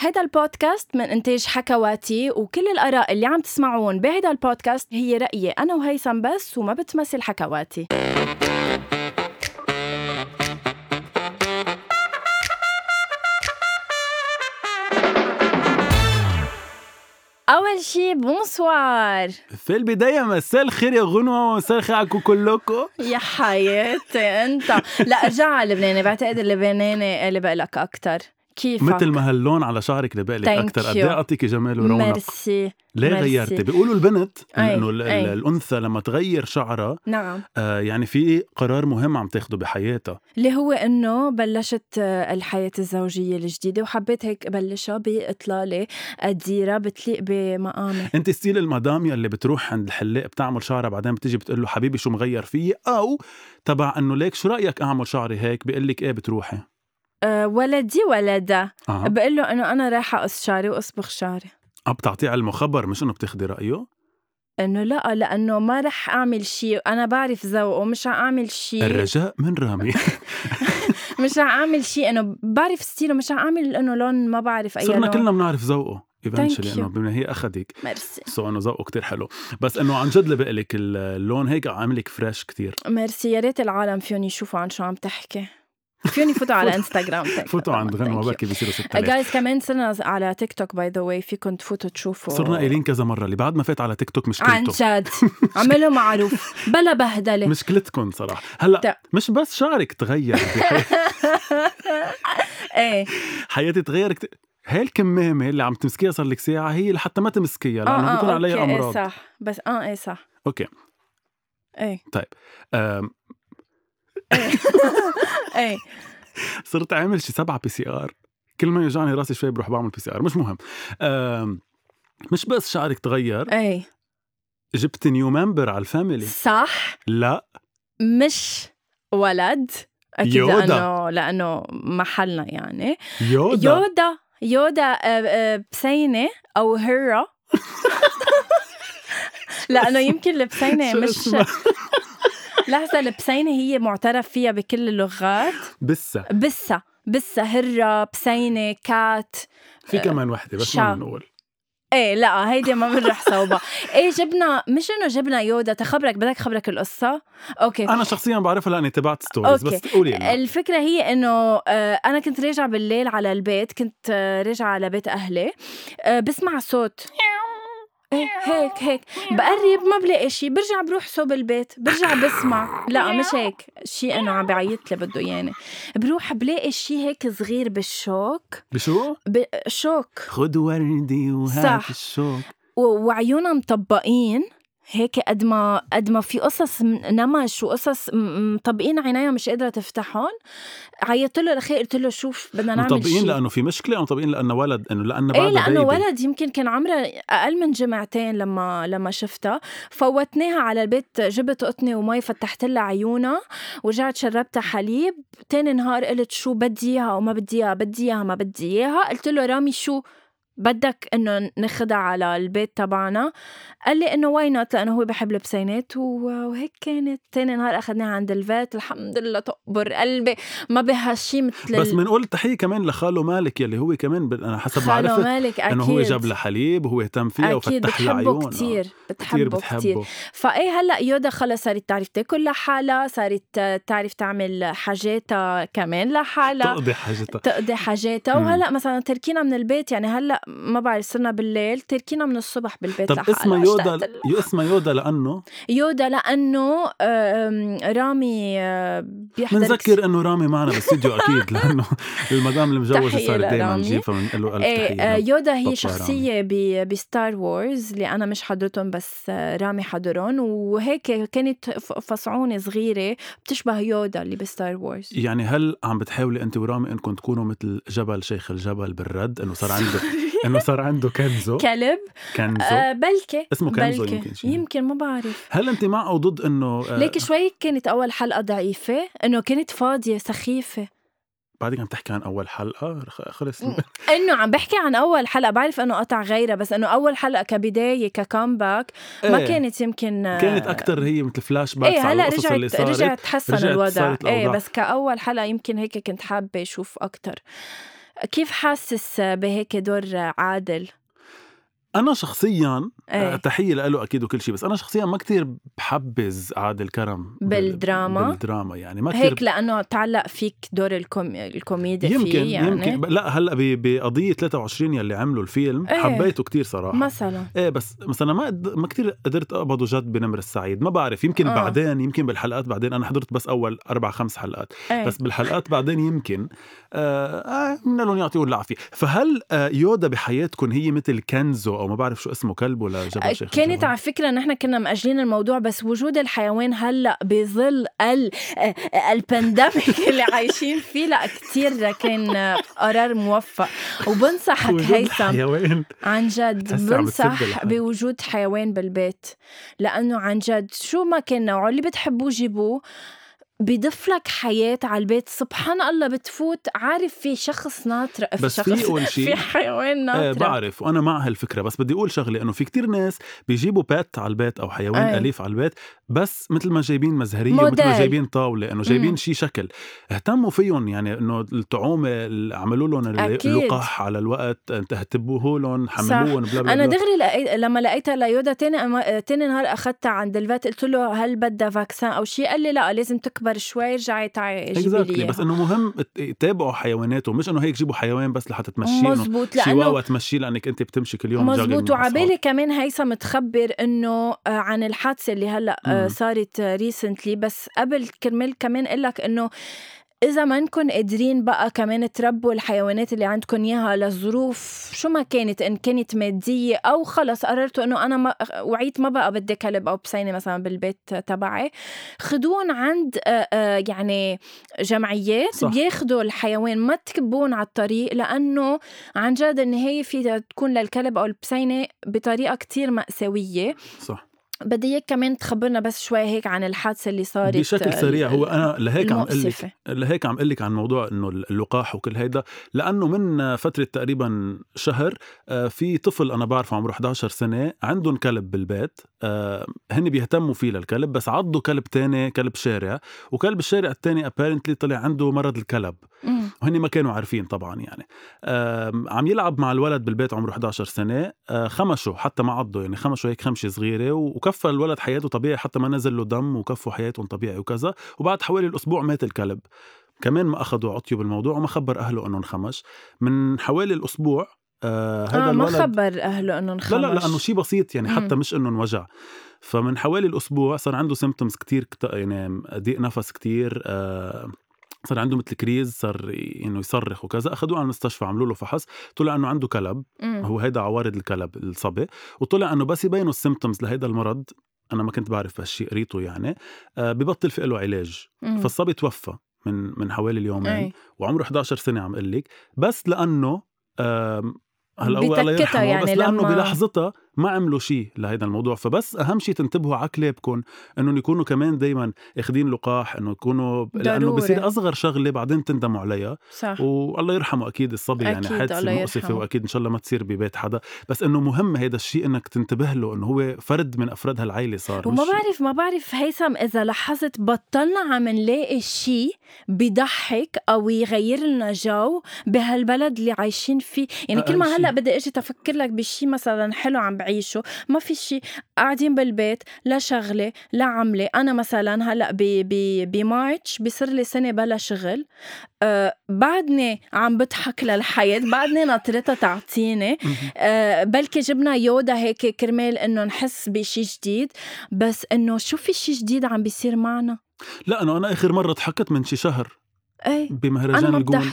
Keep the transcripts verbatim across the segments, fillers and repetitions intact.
هيدا البودكاست من إنتاج حكواتي، وكل الآراء اللي عم تسمعون بهيدا البودكاست هي رأيي أنا وهيثم بس، وما بتمثل حكواتي. أول شي بونسوار. في البداية مساء الخير يا غنوة، ومساء الخير عليكم كلكم يا حياتي أنت. لا أرجع على اللبناني، بعتقد اللبناني اللي بقلك أكتر. كيفك؟ مثل ما هاللون على شعرك اللي بقلك أكتر. قد ايه أعطيك جمال ورونق. ميرسي. ليه ميرسي. غيرتي؟ بيقولوا البنت أي. إنه ال- أي. الأنثى لما تغير شعرها نعم. آه يعني في قرار مهم عم تاخده بحياتها، اللي هو إنه بلشت آه، الحياة الزوجية الجديدة، وحبيت هيك بلشها بإطلالة قديرة بتليق بمقامي. انت ستيل المدام يلي بتروح عند الحلاق بتعمل شعرها، بعدين بتيجي بتقول له حبيبي شو مغير فيه، او تبع انه ليك شو رايك اعمل شعري هيك، بيقول لك ايه بتروحي؟ أه ولدي ولده أه. بقول له إنه أنا رايحة أقص شعري وأصبغ شعري. اه بتعطيه على المخبر، مش انه بتاخدي رايه. إنه لا، لأنه ما رح أعمل شيء أنا بعرف ذوقه، مش هعمل شيء. الرجاء من رامي. مش هعمل شيء إنه بعرف ستيله، مش هعمل إنه لون ما بعرف أي لون. صرنا كلنا بنعرف ذوقه ايفنشلي، you. انه بما هي اخذك ميرسي. سو انه ذوقه كتير حلو، بس انه عن جد اللي بقلك اللون هيك عاملك فريش كتير. ميرسي. يا ريت العالم فيهم يشوفوا عن شو عم تحكي. فيوني فوتوا على انستغرام. فوتوا عند غنوة باكي بيصيروا ستة آلاف. جايز كمان صرنا على تيك توك باي ذا واي، فيكم تفوتوا تشوفوا. صرنا قايلين كذا مرة اللي بعد ما فات على تيك توك مشكلته. عن جد عملوا معروف بلا بهدلة. مشكلتكم صراحة هلا تا. مش بس شعرك تغير ايه حياتي تغير كتير. هاي الكمامة اللي عم تمسكيها صار لك ساعة هي لحتى ما تمسكيها لأنه آه بيكون آه عليها أوكي. أمراض. ايه صح، بس اه ايه صح. اوكي ايه طيب أم... ايه ايه صرت عامل شي سبعة بي سي ار، كل ما يوجعني راسي شوي بروح بعمل بي سي ار، مش مهم. أم... مش بس شعرك تغير، ايه جبت نيو ممبر على الفاميلي. صح. لا مش ولد اكيد، يودا. لانه لانه محلنا يعني يودا يودا يودا آه، آه، بسينة أو هرة. لأنه يمكن البسينة شو مش اسمها؟ لحظة، البسينة هي معترف فيها بكل اللغات. بسة بسة بسة هرة بسينة كات. في كمان وحدة بس شا. ما بنقول. ايه لا هيدي ما بنرح صوبة. ايه جبنا، مش انه جبنا يودا. تخبرك بدك خبرك القصة. اوكي انا شخصيا بعرفها لاني تبعت ستوريز. أوكي. بس قولي لنا. الفكرة هي انه آه، انا كنت راجعة بالليل على البيت، كنت آه، راجعة على بيت اهلي، آه، بسمع صوت إيه هيك هيك، بقرب ما بلاقي شيء، برجع بروح صوب البيت، برجع بسمع لا مش هيك شيء، انه عم بعيط لي بده يعني، بروح بلاقي شيء هيك صغير بالشوك. بشو؟ بشوك. خد وردي وهات الشوك. و- وعيونا مطبقين هيك، قد ما قد ما في قصص نمش وقصص م- مطبقين عينيها مش قادرة تفتحهم. عيطت له لخي، قلت له شوف بدنا نعمل شيء. مطبقين لانه في مشكله، او مطبقين لانه ولد، انه لانه ايه بعد لانه بيبي. ولد يمكن كان عمره اقل من جمعتين لما لما شفتها. فوتناها على البيت، جبت قطني ومي، فتحت لها عيونها، ورجعت شربتها حليب. تاني نهار قلت شو بدي اياها وما بدي اياها، بدي اياها ما بدي اياها. قلت له رامي شو بدك انه نخدع على البيت تبعنا؟ قال لي انه واي نوت، لانه هو بحب البسينات. وهيك كانت. تاني نهار اخذناها عند الفات، الحمد لله تقبر قلبي، ما بها شيء مثل. بس منقول تحية كمان لخاله مالك يلي هو كمان ب... انا حسب ما خاله عرفت مالك انه هو أكيد. جاب لها حليب وهو اهتم فيها أكيد وفتح لها بتحبه عيون. كتير كتير بتحبه بتحبه. كتير. فايه هلا يودا خلص صارت تعرف تاكل لحالها، صارت تعرف تعمل حاجاتها كمان لحالها، تقضي حاجتها تقضي حاجاتها. وهلا مثلا تركينا من البيت، يعني هلا ما بعرف صرنا بالليل، تركينا من الصبح بالبيت طب لحالها. اسمه يودا، يو اسمه يودا لانه يودا لانه آم، رامي آه، بيحضر منذكر انه رامي معنا بالاستديو اكيد، لانه المدام المجوزه تحية صارت دائما لرامي. نجيب، فبنقول له الف إيه، تحيه. آه، يودا هي بابا شخصية ب- بستار وورز اللي أنا مش حضرتهم، بس آه، رامي حضرهم. وهيك كانت ف- فصعونة صغيرة بتشبه يودا اللي بستار وورز. يعني هل عم بتحاولي انت ورامي انكم تكونوا مثل جبل شيخ الجبل بالرد، انه صار عنده انه صار عنده كنزو كلب كنزو آه بلكي اسمه كنزو بلكي. يمكن شيء. يمكن ما بعرف. هل انت مع او ضد انه آه ليك شوي كانت أول حلقة ضعيفة، إنه كانت فاضية سخيفة. بعدك عم تحكي عن اول حلقه خلص. انه عم بحكي عن اول حلقه، بعرف انه قطع غيرها، بس انه اول حلقه كبدايه ككامباك ما ايه. كانت يمكن كانت اكتر هي مثل فلاش باك ايه. على هلا القصص اللي رجعت صارت، رجعت تحسن رجعت الوضع. صارت ايه الأوضاع. بس كاول حلقه يمكن هيك كنت حابه اشوف اكتر. كيف حاسس بهيك دور عادل؟ أنا شخصياً ايه. تحية له أكيد وكل شيء، بس أنا شخصياً ما كتير بحبز عادل كرم بالدراما بالدراما يعني ما هيك كتير، لأنه تعلق فيك دور الكوم... الكوميدي يمكن فيه يعني. يمكن لا هلا بقضية ثلاثة وعشرين يلي عملوا الفيلم ايه. حبيته كتير صراحة مثلا ايه، بس مثلا ما ما كتير قدرت اقبضه جد بنمر السعيد، ما بعرف يمكن آه. بعدين، يمكن بالحلقات بعدين، انا حضرت بس اول اربع خمس حلقات ايه. بس بالحلقات بعدين يمكن آه آه من لهم يعطيون العافية. فهل آه يودا بحياتكم هي مثل كنزو او ما بعرف شو اسمه كلبه لجبل شيخ كانت الجبل؟ على فكرة نحن كنا مأجلين الموضوع، بس وجود الحيوان هلأ بظل ال البانديميك اللي عايشين فيه لا كتير كان قرار موفق. وبنصحك هيثم عن جد، بنصح بوجود حيوان بالبيت، لأنه عن جد شو ما كان نوعه اللي بتحبوه جيبوه، بيضيف لك حياة على البيت. سبحان الله بتفوت عارف في شخص ناطرق، في بس شخص في أول شيء في حيوان ناطرق. آه بعرف وأنا مع هالفكرة، بس بدي أقول شغلة إنه في كتير ناس بيجيبوا بات على البيت أو حيوان أي. أليف على البيت، بس مثل ما جايبين مزهرية موديل. ومثل ما جايبين طاولة، إنه جايبين مم. شي شكل اهتموا فيهم، يعني إنه الطعومة اللي عملوا لهم اللقاح على الوقت، اهتبوه لهم، حملوهم بلا بلا. أنا دغري لقيت لما لقيتها ليودا تاني أما... تاني نهار أخذتها عند الفات، قلت له هل بدها فاكسان أو شيء؟ قال لي لا لازم تكبر شوي رجعي تعي جيبي لي. بس إنه مهم تتابعوا حيواناته، مش إنه هيك جيبوا حيوان بس لحتى تمشيه. مزبوط، لأنه شيواوا تمشيه لأنك أنت بتمشي كل يوم. مزبوط. وعبالي كمان هيثم متخبر إنه عن الحادثة اللي هلأ صارت ريسنتلي، بس قبل كرمال كمان قلك إنه إذا ما نكون قادرين بقى كمان تربوا الحيوانات اللي عندكم إياها للظروف شو ما كانت، إن كانت مادية أو خلص قررتوا إنه أنا ما وعيت ما بقى بدي كلب أو بسينة مثلا بالبيت تبعي، خدون عند يعني جمعيات صح. بياخدوا الحيوان، ما تكبون على الطريق، لأنه عن جد النهاية في تكون للكلب أو البسينة بطريقة كتير مأساوية. صح. بدي اياك كمان تخبرنا بس شوي هيك عن الحادثه اللي صارت بشكل سريع. هو انا لهيك عم اقول لك لهيك عم اقول لك عن موضوع انه اللقاح وكل هيدا، لانه من فتره تقريبا شهر في طفل انا بعرفه عمره إحدى عشر سنه عندهم كلب بالبيت، هن بيهتموا فيه للكلب، بس عضوا كلب تاني، كلب شارع، وكلب الشارع التاني apparently طلع عنده مرض الكلب، وهن ما كانوا عارفين طبعا. يعني عم يلعب مع الولد بالبيت عمره إحدى عشر سنه، خمشه حتى ما عضه، يعني خمشه هيك خمشه صغيره، وكفى الولد حياته طبيعي حتى ما نزل له دم، وكفوا حياتهم طبيعي وكذا. وبعد حوالي الأسبوع مات الكلب، كمان ما أخذوا عطيه بالموضوع وما خبر أهله أنه انخمش. من حوالي الأسبوع آه هذا آه الولد ما خبر أهله أنه انخمش. لا لا لأنه شيء بسيط يعني، حتى مم. مش أنه انوجع. فمن حوالي الأسبوع صار عنده سيمبتومز كتير، يعني ضيق نفس كتير، آه صار عنده مثل كريز، صار انه يصرخ وكذا. اخذوه على المستشفى، عملوا له فحص، طلع انه عنده كلب. مم. هو هيدا عوارض الكلب الصبي، وطلع انه بس يبينوا السيمبتومز لهيدا المرض، انا ما كنت بعرف بهالشيء، قريته يعني، آه ببطل في له علاج. مم. فالصبي توفى من من حوالي اليومين. أي. وعمره إحدى عشر سنه عم اقول لك، بس لانه آه هلا هو الله يرحمه يعني، بس لأنه لما... بلحظتها ما عملوا شيء لهذا الموضوع. فبس أهم شيء تنتبهوا على كلابكم، إنه يكونوا كمان دايما اخذين لقاح، إنه يكونوا ضروري. لأنه بصير أصغر شغلة بعدين تندموا عليها. صح. والله يرحمه أكيد الصبي، يعني حادثة مؤسفة، وأكيد إن شاء الله ما تصير ببيت حدا، بس إنه مهم هذا الشيء إنك تنتبه له، إنه هو فرد من أفراد هالعائلة صار. وما بعرف ما بعرف هيثم إذا لاحظت بطلنا عم نلاقي شيء بيضحك أو يغير لنا جو بهالبلد اللي عايشين فيه. يعني كل ما هلأ بدي أجي تفكر لك بشي مثلا حلو عم بعيشه، ما في شي، قاعدين بالبيت، لا شغلة لا عملة. أنا مثلا هلأ بمارتش بيصير لي سنة بلا شغل، أه بعدني عم بضحك للحياة، بعدني ناطرتها تعطيني. أه بلكي جبنا يودا هيك كرمال إنه نحس بشي جديد، بس إنه شو في شي جديد عم بيصير معنا. لا أنا أنا آخر مرة ضحكت من شي شهر ايه بمهرجان الجونة.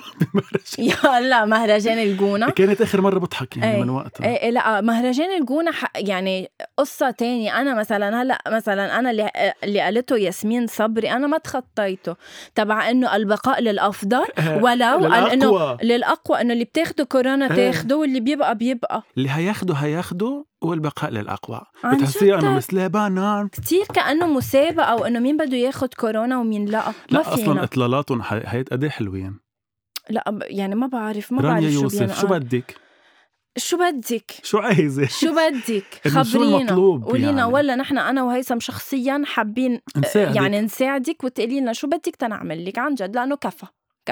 يا لا مهرجان الجونة كانت آخر مرة بضحك يعني. ايه من وقتها ايه لا مهرجان الجونة يعني قصة تانية. أنا مثلا هلأ مثلا أنا اللي, اللي قالته ياسمين صبري أنا ما تخطيته، تبع إنه البقاء للأفضل، ولو إنه للأقوى، إنه اللي بتاخده كورونا تاخده، واللي بيبقى بيبقى، اللي هياخده هياخده، والبقاء للأقوى. بتحسيه أنه مثل بانان كتير، كأنه مسابقة أو إنه مين بده ياخد كورونا ومين لا. لا ما أصلا إطلالاتهم هيت قديه حلوين. لا يعني ما بعرف ما بعرف شو يوسف شو بدك شو بدك شو عايزة شو بدك خبرينا قولينا يعني. ولا نحن أنا وهيثم شخصيا حابين نساعدك. يعني نساعدك وتقولي لنا شو بدك تنعمل لك عن جد، لأنه كفى كفى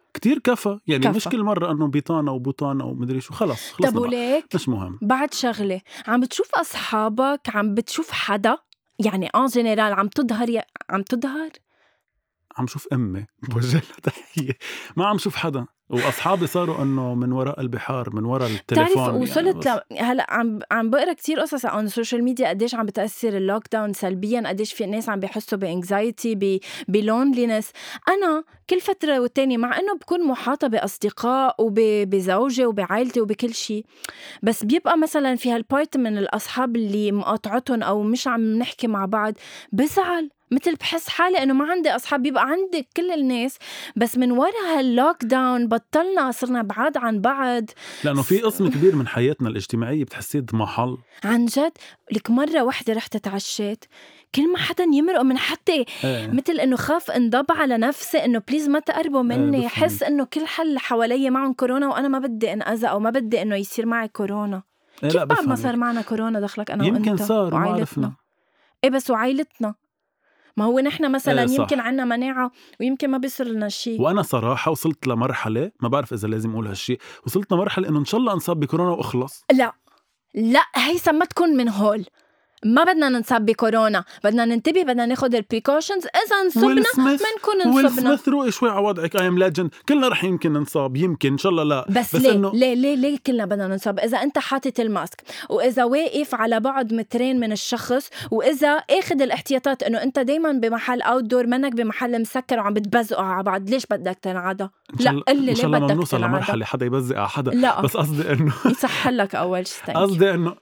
كتير كفى يعني كفى. مش كل مرة أنه بيطانة وبوطانة ومدري شو خلص خلص طب وليك مش مهم. بعد شغلة عم بتشوف أصحابك عم بتشوف حدا يعني ان جنرال عم تظهر ي... عم تظهر عم شوف أمي بوجه لها تحية ما عم شوف حدا وأصحابي صاروا أنه من وراء البحار من وراء التليفون. تعرف وصلت يعني ل... هلا عم عم بقرا كتير قصص عن السوشيال ميديا قديش عم بتأثر اللوك داون سلبيا قديش في ناس عم بيحسوا بانكزايتي ب... بلونلينس. أنا كل فترة والتانية مع إنه بكون محاطة بأصدقاء وبزوجي وبعائلتي وبكل شيء بس بيبقى مثلا في هالبارت من الأصحاب اللي مقاطعتهم أو مش عم نحكي مع بعض بزعل مثل بحس حالي إنه ما عندي أصحاب. بيبقى عندي كل الناس بس من وراء هاللوك داون بطلنا صرنا بعاد عن بعض لأنه في قسم كبير من حياتنا الاجتماعية بتحسيه محل عن جد. لك مرة واحدة رحت اتعشيت كل ما حدا يمرق من حتى ايه. مثل إنه خاف انضب على نفسي إنه بليز ما تقربوا مني. ايه حس إنه كل حل حوالي معهم كورونا وأنا ما بدي انأذى أو ما بدي إنه يصير معي كورونا. ايه كيف لا بعد ما بفهمك. صار معنا كورونا دخلك أنا يمكن وأنت صار ما وعائلتنا عرفنا. إيه بس وعائلتنا ما هو نحن مثلا ايه يمكن عنا مناعة ويمكن ما بيصير لنا شيء. وأنا صراحة وصلت لمرحلة ما بعرف إذا لازم أقول هالشي وصلت لمرحلة إنه إن شاء الله أنصاب بكورونا وأخلص. لا لا هيثم ما تكون من هول ما بدنا ننصاب بكورونا بدنا ننتبه بدنا ناخد البريكوشنز إذا نصبنا ما نكون ويل نصبنا. سميث روقي شوي على وضعك I am legend كلنا رح يمكن ننصاب يمكن إن شاء الله لا بس, بس ليه إنه ليه ليه ليه كلنا بدنا ننصاب إذا أنت حاطط الماسك وإذا واقف على بعد مترين من الشخص وإذا أخذ الاحتياطات إنه أنت دايما بمحل أوتدور منك بمحل مسكر وعم بتبزقوا على بعض. ليش بدك تنعدى؟ لا قلي إن شاء الله ليه ما بدك نوصل تنعدى؟ لمرحلة حدا يبزق على حدا. لا بس قصدي إنه يصح لك أول شيء. قصدي إنه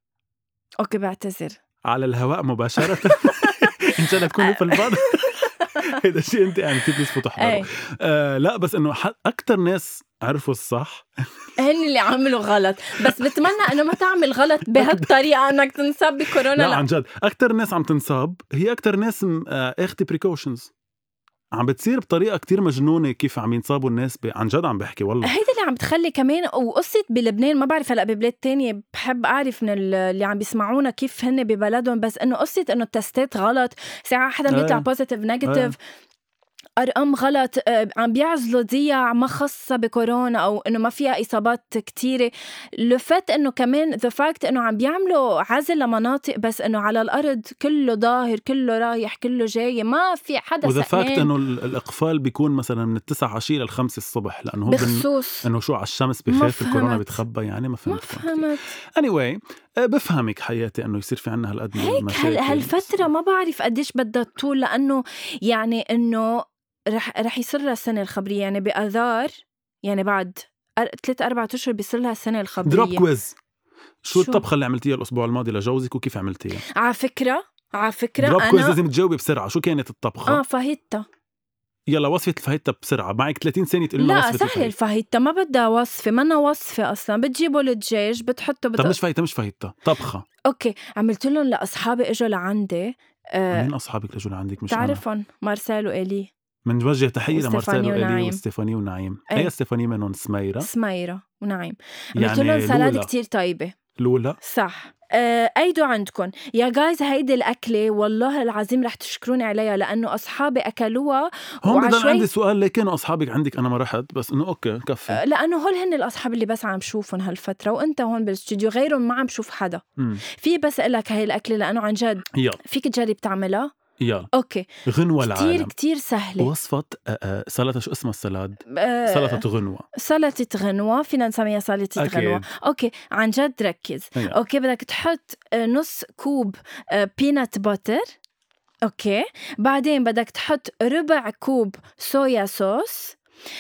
أوكي بعتذر على الهواء مباشرة إن شاء الله تكوني في البعض هذا شيء أنت يعني كيف يسفوا تحضروا. آه لا بس إنه أكتر ناس عرفوا الصح هن اللي عملوا غلط. بس بتمنى إنه ما تعمل غلط بهالطريقة إنك تنصاب بكورونا. لا, لا عن جد أكتر ناس عم تنصاب هي أكتر ناس اخدي بريكوشنز عم بتصير بطريقة كتير مجنونة كيف عم ينصابوا الناس ب... عن جد عم بحكي والله هيدا اللي عم بتخلي كمان. وقصة بلبنان ما بعرف هلأ ببلاد تانية بحب أعرف من اللي عم بيسمعونا كيف هن ببلدهم بس إنه قصة إنه التستات غلط ساعة حدا بيطلع بوزيتيف نيجاتيف أرقام غلط عم بيعزلوا ضياع ما خاصة بكورونا أو إنه ما فيها إصابات كتيرة. لفت إنه كمان the fact إنه عم بيعملوا عزل لمناطق بس إنه على الأرض كله ظاهر كله رايح كله جاي ما في حدا سألان. وذا فاكت إنه سألان. الإقفال بيكون مثلا من التسعة عشية للخمسة الصبح لأنه هو بخصوص إنه شو على الشمس ما بخاف الكورونا فهمت. بتخبى يعني ما ما فهمت فهمت anyway بفهمك حياتي إنه يصير في عنا هالقد من هيك المشاكل. هال هالفترة ما بعرف قديش بدها تطول لأنه يعني إنه رح رح يصير لها السنة الخبرية يعني بأذار يعني بعد ثلاث أربعة أشهر بيصير لها السنة الخبرية. دروب كويز شو, شو الطبخة اللي عملتيها الأسبوع الماضي لجوزك وكيف عملتيها؟ على فكرة على فكرة دروب أنا كويز لازم تجاوبي بسرعة. شو كانت الطبخة؟ آه فاهيتا. يلا وصفة الفاهيتا بسرعة معك ثلاثين ثانية تقول لنا لا وصفة سهل الفاهيتا ما بدها وصفة منا وصفة أصلا بتجيبوا الدجاج بتحطوا بت... طب مش فاهيتا مش فاهيتا طبخة. أوكي عملت لهم لأصحابي إجوا لعندي. آه مين أصحابك اللي إجوا لعندك؟ مش تعرفهم مارسيل وإلي من وجه تحية لمارسيل وإلي ونعيم. وستيفاني ونعيم. أي. هي ستيفاني منهم سميرة سميرة ونعيم. عملت يعني لهم سلاد لولا. كتير طيبة لولا صح. أه أيدوا عندكم يا جايز هيدي الأكلة والله العظيم رح تشكروني عليها لأنه أصحابي أكلوها. هون بدل عندي سؤال ليه كانوا أصحابك عندك أنا ما رحت بس إنه أوكي كفي. أه لأنه هول هن الأصحاب اللي بس عم شوفهم هالفترة وأنت هون بالاستوديو غيرهم ما عم شوف حدا. مم. في بس أقلك هاي الأكلة لأنه عن جد يلا فيك تجرب تعملها. يلا أوكي غنوة كتير العالم كتير سهلة. وصفة سلطة شو اسمها السلاد؟ أه سلطة غنوة. سلطة غنوة فينا نسميها سلطة أكيد. غنوة. أوكي عن جد ركز. أيه. أوكي بدك تحط نص كوب بينات باتر. أوكي بعدين بدك تحط ربع كوب صويا صوص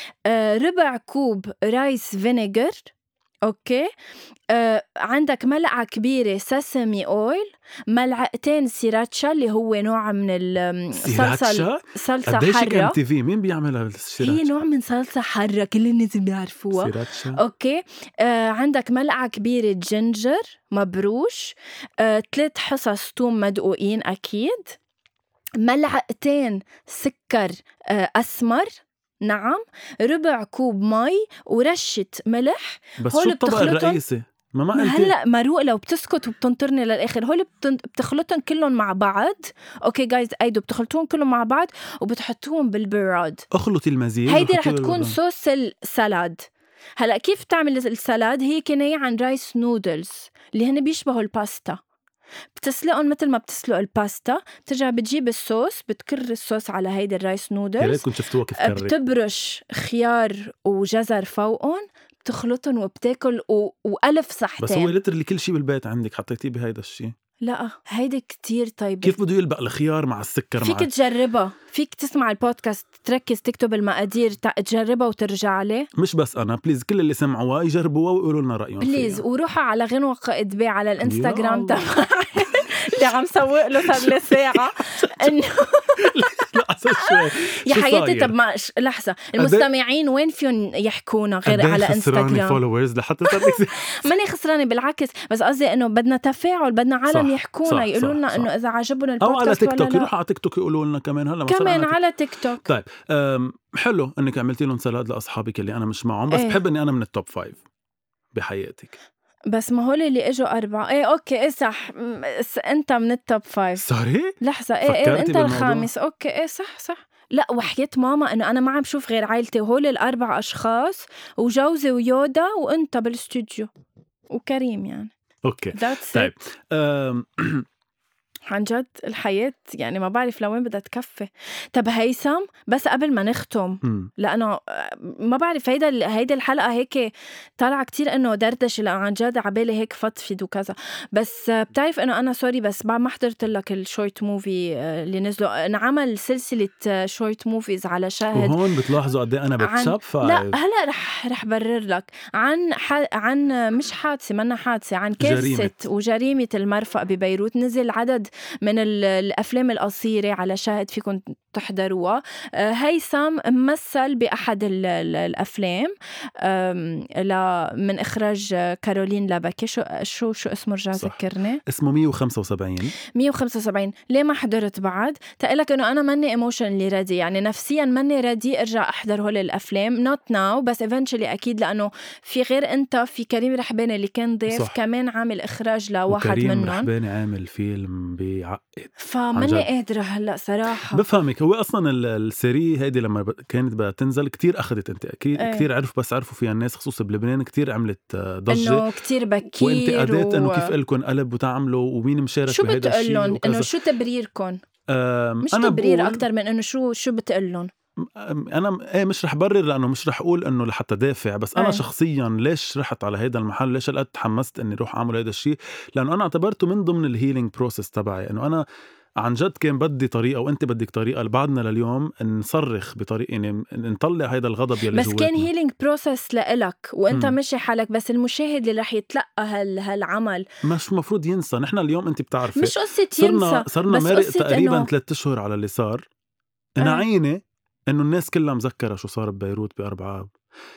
ربع كوب رايس فينيجر. أوكي آه، عندك ملعقة كبيرة ساسمي أويل ملعقتين سيراتشا اللي هو نوع من الصلصة صلصة حارة. تي في مين بيعملها السيراتشا؟ هي نوع من صلصة حارة كل الناس بيعرفوها. سيراتشا. أوكي آه، عندك ملعقة كبيرة جينجر مبروش آه، ثلاث حصص توم مدقوقين أكيد ملعقتين سكر آه، أسمر نعم ربع كوب مي ورشة ملح. بس شو الطبق الرئيسي؟ ما ما ما أنت هلا مروق لو بتسكت وبتنطرني للاخر، هول بتن... بتخلطهم كلهم مع بعض. اوكي جايز ايدو بتخلطوهم كلهم مع بعض وبتحطوهم بالبراد. اخلطي المزيج هيدي رح وحطيه تكون بالبراد. صوص السلاد. هلا كيف تعمل السلاد؟ هي كناية عن رايس نودلز اللي هن بيشبهوا الباستا. بتسلقهم مثل ما بتسلق الباستا، بترجع بتجيب الصوص، بتكر الصوص على هيدا الرايس يا نودلز، ريت كنت شفتوها كيف كررت. بتبرش خيار وجزر فوقهم، بتخلطهم وبتاكل و... وألف صحتين. بس هو لترلي كل شيء بالبيت عندك حطيتيه بهيدا الشيء. لا هيدي كتير طيبة. كيف بده يلبق الخيار مع السكر؟ فيك مع تجربها، فيك تسمع البودكاست، تركز تكتب المقادير، تجربها وترجع لي. مش بس انا، بليز كل اللي سمعوها يجربوها ويقولوا لنا رايهم بليز فيها. وروحوا على غنوة قائد بيع على الانستغرام يا تبعي اللي عم سوق له صار لي ساعة انه لحظة شوي يا شو حياتي. صاير؟ طب ما ش- لحظة، المستمعين وين فيهم يحكونا غير قد إيه على خسرانة انستغرام؟ فولورز لحتى صار لك ماني خسرانة بالعكس، بس قصدي انه بدنا تفاعل، بدنا عالم صح، يحكونا صح، يقولوا لنا صح، انه صح. اذا عجبهم او البودكاست على تيك ولا توك، لا. يروحوا على تيك توك يقولوا لنا كمان. هلا مثلا كمان على على تيك توك. طيب أم، حلو انك عملتي لهم سلاد لاصحابك اللي انا مش معهم، بس إيه. بحب اني انا من التوب فايف بحياتك. بس ما هول اللي اجوا أربعة. ايه اوكي ايه صح. م- س- انت من التوب فايف. سوري لحظة ايه, إيه فكرتي انت بالموضوع؟ الخامس. اوكي ايه صح صح. لا وحياة ماما انه انا ما عم شوف غير عائلتي وهول الاربع اشخاص وجوزي ويودا وانت بالاستوديو وكريم يعني. اوكي That's طيب it. أم، عن جد الحياة يعني ما بعرف لوين بدها تكفي. طب هيثم بس قبل ما نختم، أم، لأنه ما بعرف هيدا هيدا الحلقة هيك طالعة كتير إنه دردش، لأ عن جد عبالي هيك فضفض وكذا. بس بتعرف إنه أنا سوري بس بعد ما حضرت لك الشورت موفي اللي نزلوا، انعمل سلسلة شورت موفيز على شاهد. وهون بتلاحظوا قد ايه انا عن بتشاب فايف. لا هلا رح رح برر لك عن ح... عن مش حادثة، منا حادثة، عن كارثة جريمة. وجريمة المرفأ ببيروت. نزل عدد من ال- الأفلام القصيرة على شاهد فيكم تحضروها. آه، هيثم مثل بأحد ال- ال- الأفلام آم، ل- من إخراج كارولين لاباكي. شو شو شو اسمه رجع صح. ذكرني؟ اسمه مية وخمسة وسبعين. مية وخمسة وسبعين. ليه ما حضرت بعد؟ تقلك إنه أنا ماني ايموشنلي ريدي، يعني نفسيا ماني ريدي أرجع أحضر هول الأفلام. not now بس eventually أكيد، لأنه في غير أنت في كريم رحباني اللي كان ضيف صح. كمان عامل إخراج لواحد وكريم منهم، رحباني عامل فيلم بيعقد. فماني جد. قادرة هلأ صراحة. بفهمك. هو اصلا ال- السيري هيدي لما ب- كانت بدها تنزل كتير اخذت انت اكيد ايه. كتير عرف، بس عرفوا فيها الناس خصوصا بلبنان كتير عملت آه، ضجه إنه كتير بكير وانتقادات و... انه كيف إلكن قلب وتعملوا ومين مشارك شو بهيدا الشيء بتقلن؟ إنه وكذا. شو تبريركم؟ آم، مش أنا تبرير بقول- أكتر من إنه شو شو بتقلن؟ أم، انا ايه مش رح برر لانه مش رح اقول انه لحتى دافع، بس انا أي. شخصيا ليش رحت على هيدا المحل، ليش هالقد تحمست اني روح اعمل هيدا الشيء، لانه انا اعتبرته من ضمن الهيلينج بروسيس تبعي. انه انا عن جد كان بدي طريقه وانت بدك طريقه بعدنا لليوم نصرخ بطريقه يعني نطلع هيدا الغضب يلي بس جواتنا. كان هيلينج بروسس لإلك وانت مم. مشي حالك، بس المشاهد اللي رح يتلقى هال هالعمل مش مفروض ينسى. نحن اليوم انت بتعرفي مش قصة صرنا ينسى، صرنا بس مارق قصة تقريبا إنه ثلاثة اشهر على اللي صار. أي. نعينه انه الناس كلها مذكره شو صار ببيروت بأربعة آب.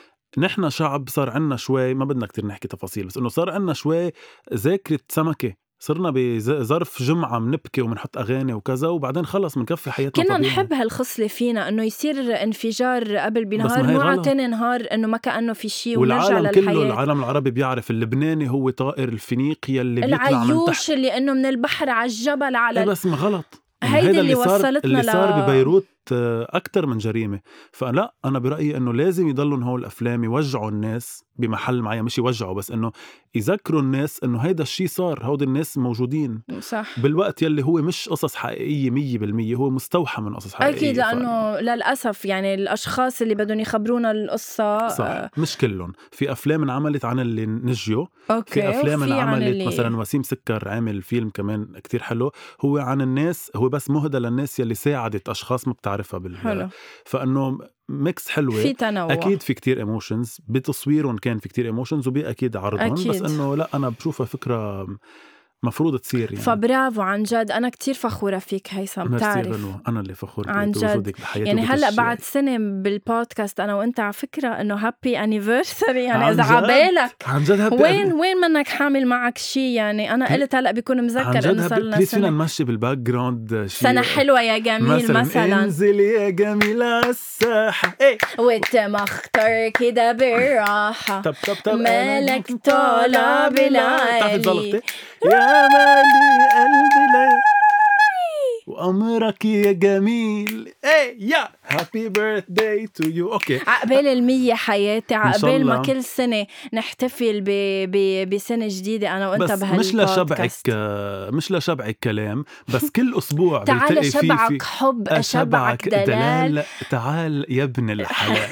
نحن شعب صار عنا شوي، ما بدنا كتير نحكي تفاصيل، بس انه صار عنا شوي ذاكرة سمكة. صرنا بظرف جمعة منبكي ومنحط أغاني وكذا، وبعدين خلص منكفي حياتنا كنا طبيعي. نحب هالخصلة فينا إنه يصير انفجار قبل بنهار، ما هي نوع غلط. تاني نهار إنه ما كأنه في شيء ونرجع والعالم كله، للحياة. العالم العربي بيعرف اللبناني هو طائر الفينيقيا اللي بيطلع من تحت. العيوش اللي إنه من البحر على الجبل على إيه ال... بس ما غلط. يعني هيدي هيدا اللي صار وصلتنا اللي صار ل- ببيروت أكتر من جريمة. فلا أنا برأيي أنه لازم يضلوا هول الأفلام يوجعوا الناس بمحل معين، مش يوجعوا بس أنه يذكروا الناس أنه هيدا الشي صار، هود الناس موجودين صح. بالوقت يلي هو مش قصص حقيقية مية بالمية، هو مستوحى من قصص حقيقية. أكيد، لأنه للأسف يعني الأشخاص اللي بدهم يخبرونا القصة صح. آه، مش كلهم. في أفلام انعملت عن اللي نجيوا، أوكي، في أفلام وفي عن انعملت اللي... مثلا وسيم سكر عامل فيلم كمان كتير حلو، هو عن الناس، هو بس مهدى للناس يلي ساعدت أشخاص ما بتعرفها بال... حلو. فأنه ميكس حلوة. في تنوع. أكيد في كتير إيموشنز بتصويرهم، كان في كتير إيموشنز وبأكيد عرضهم، أكيد. بس إنه لا أنا بشوفها فكرة مفروض تصير يعني. فبرافو عن جد، أنا كتير فخورة فيك هيثم. بتعرف أنا اللي فخور عن جد يعني هلأ بعد سنة بالبودكاست أنا وإنت على فكرة إنه هابي أنيفرساري يعني إذا عبالك عن جد وين وين منك حامل معك شي يعني أنا قلت هلأ بيكون مذكر إنه صار لنا سنة. فينا نمشي بالباك جراوند شي سنة حلوة يا جميل مثلا, مثلاً انزل يا جميل على الساحة ايه وتمختار كده بالراحة طب طب طب مالك طالع بلالي يا مالي قلبي لي وأمرك يا جميل ايه يا هابي بيرثداي تو يو. اوكي عقبال المية حياتي، عقبال ما كل سنة نحتفل ب... ب... بسنة جديدة أنا وأنت بهالبودكاست. مش لشبعك مش لشبعك كلام بس كل أسبوع تعال بلتقي شبعك في حب أشبعك دلال. دلال تعال يا ابن الحلال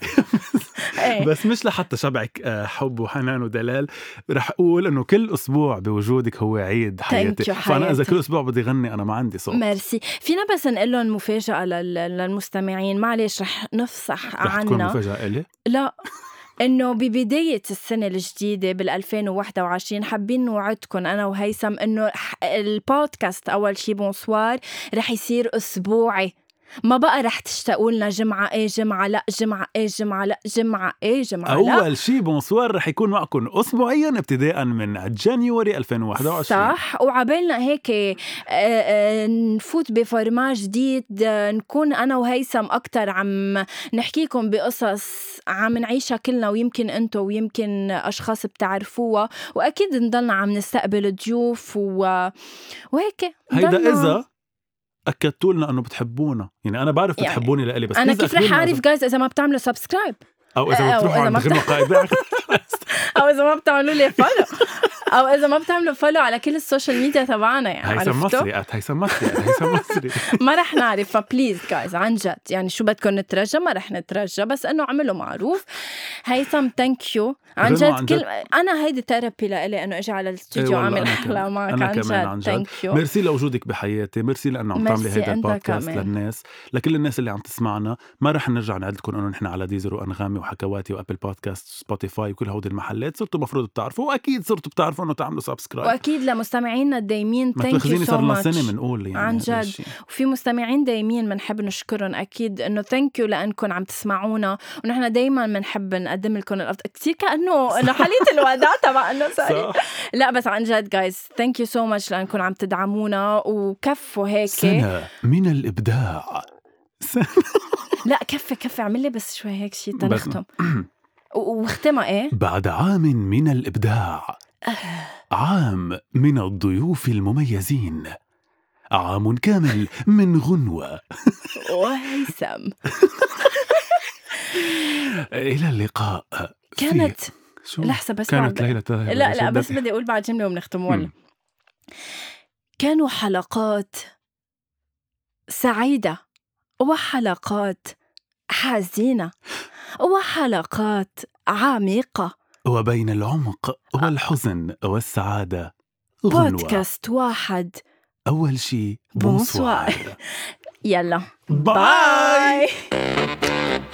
بس مش لحتى شبعك حب وحنان ودلال، رح أقول إنه كل أسبوع بوجودك هو عيد حياتي. فأنا إذا كل أسبوع بدي غني أنا ما عندي صوت. ميرسي. فينا بس نقول لهم مفاجأة للمستمعين، معلش رح نفصح عنا. رح تكون مفاجأة إلي؟ لا إنه ببداية السنة الجديدة بالألفين وواحد وعشرين حابين نوعدكم أنا وهيثم إنه البودكاست أول شي بونسوار رح يصير أسبوعي. ما بقى رح تشتاقوا لنا جمعة ايه جمعة لا جمعة ايه جمعة لا جمعة ايه جمعة لا. أول شي بونسوار رح يكون معكم أسبوعيا ابتداء من جانيوري ألفين وواحد وعشرين. صح. وعبالنا هيك آآ آآ نفوت بفورمات جديد، نكون أنا وهيثم أكتر عم نحكيكم بقصص عم نعيشها كلنا ويمكن أنتو ويمكن أشخاص بتعرفوها، وأكيد نضلنا عم نستقبل ضيوف و... وهيك هيدا إذا أكدتوا لنا أنه بتحبونا. يعني أنا بعرف يعني بتحبوني لألي بس أنا كيف رح أعرف جايز إذا ما بتعملوا سبسكرايب أو إذا بتروحوا عند غنوة قائدة أو إذا ما بتعملوا لي فولو أو إذا ما بتعملوا فولو على كل السوشيال ميديا تبعنا. يعني هيثم مصري أت هيثم مصري هيثم مصري ما رح نعرف. فبليز جايز عن جد يعني شو بدكم نترجى ما رح نترجى بس إنه عملوا معروف. هيثم ثانك يو عن جد. كل أنا هيدي ثيرابي لإلي إنه أجي على الاستوديو أعمل حلقة معك. عن جد ثانك يو. ميرسي لوجودك بحياتي، ميرسي لأنه عم تعملي هيدا البودكاست للناس، لكل الناس اللي عم تسمعنا. ما رح نرجع نعدكم إنه نحن على ديزر وأنغامي وحكواتي وأبل بودكاست سبوتيفاي وكل هودي المحلات صرتوا مفروض بتعرفوا، وأكيد صرتوا بتعرفوا إنه تعملوا سبسكرايب. وأكيد لمستمعين الدايمين ثانك يو سو ماتش. سنة منقول يعني عن جد. وفي مستمعين دايمين بنحب نشكرهم أكيد إنه ثانك يو لأنكم عم تسمعونا، ونحن دايما بنحب نقدم لكم الأفضل كتير كأنه إنه حليت الوداع تبع إنه سوري لا بس عن جد جايز ثانك يو سو ماتش لأنكم عم تدعمونا وكفوا هيك سنة من الإبداع. لا كفي كفي اعمل لي بس شوي هيك شيء تنختم واختمها ايه. بعد عام من الإبداع، عام من الضيوف المميزين، عام كامل من غنوة وهيثم. إلى اللقاء. كانت لحظة بس كانت ليلة لا لا بس بدي أقول بعد جملة وبنختم. ولا كانوا حلقات سعيدة وحلقات حزينة وحلقات عميقة، وبين العمق والحزن والسعادة غنوة. بودكاست واحد. أول شي بونسوار. يلا باي.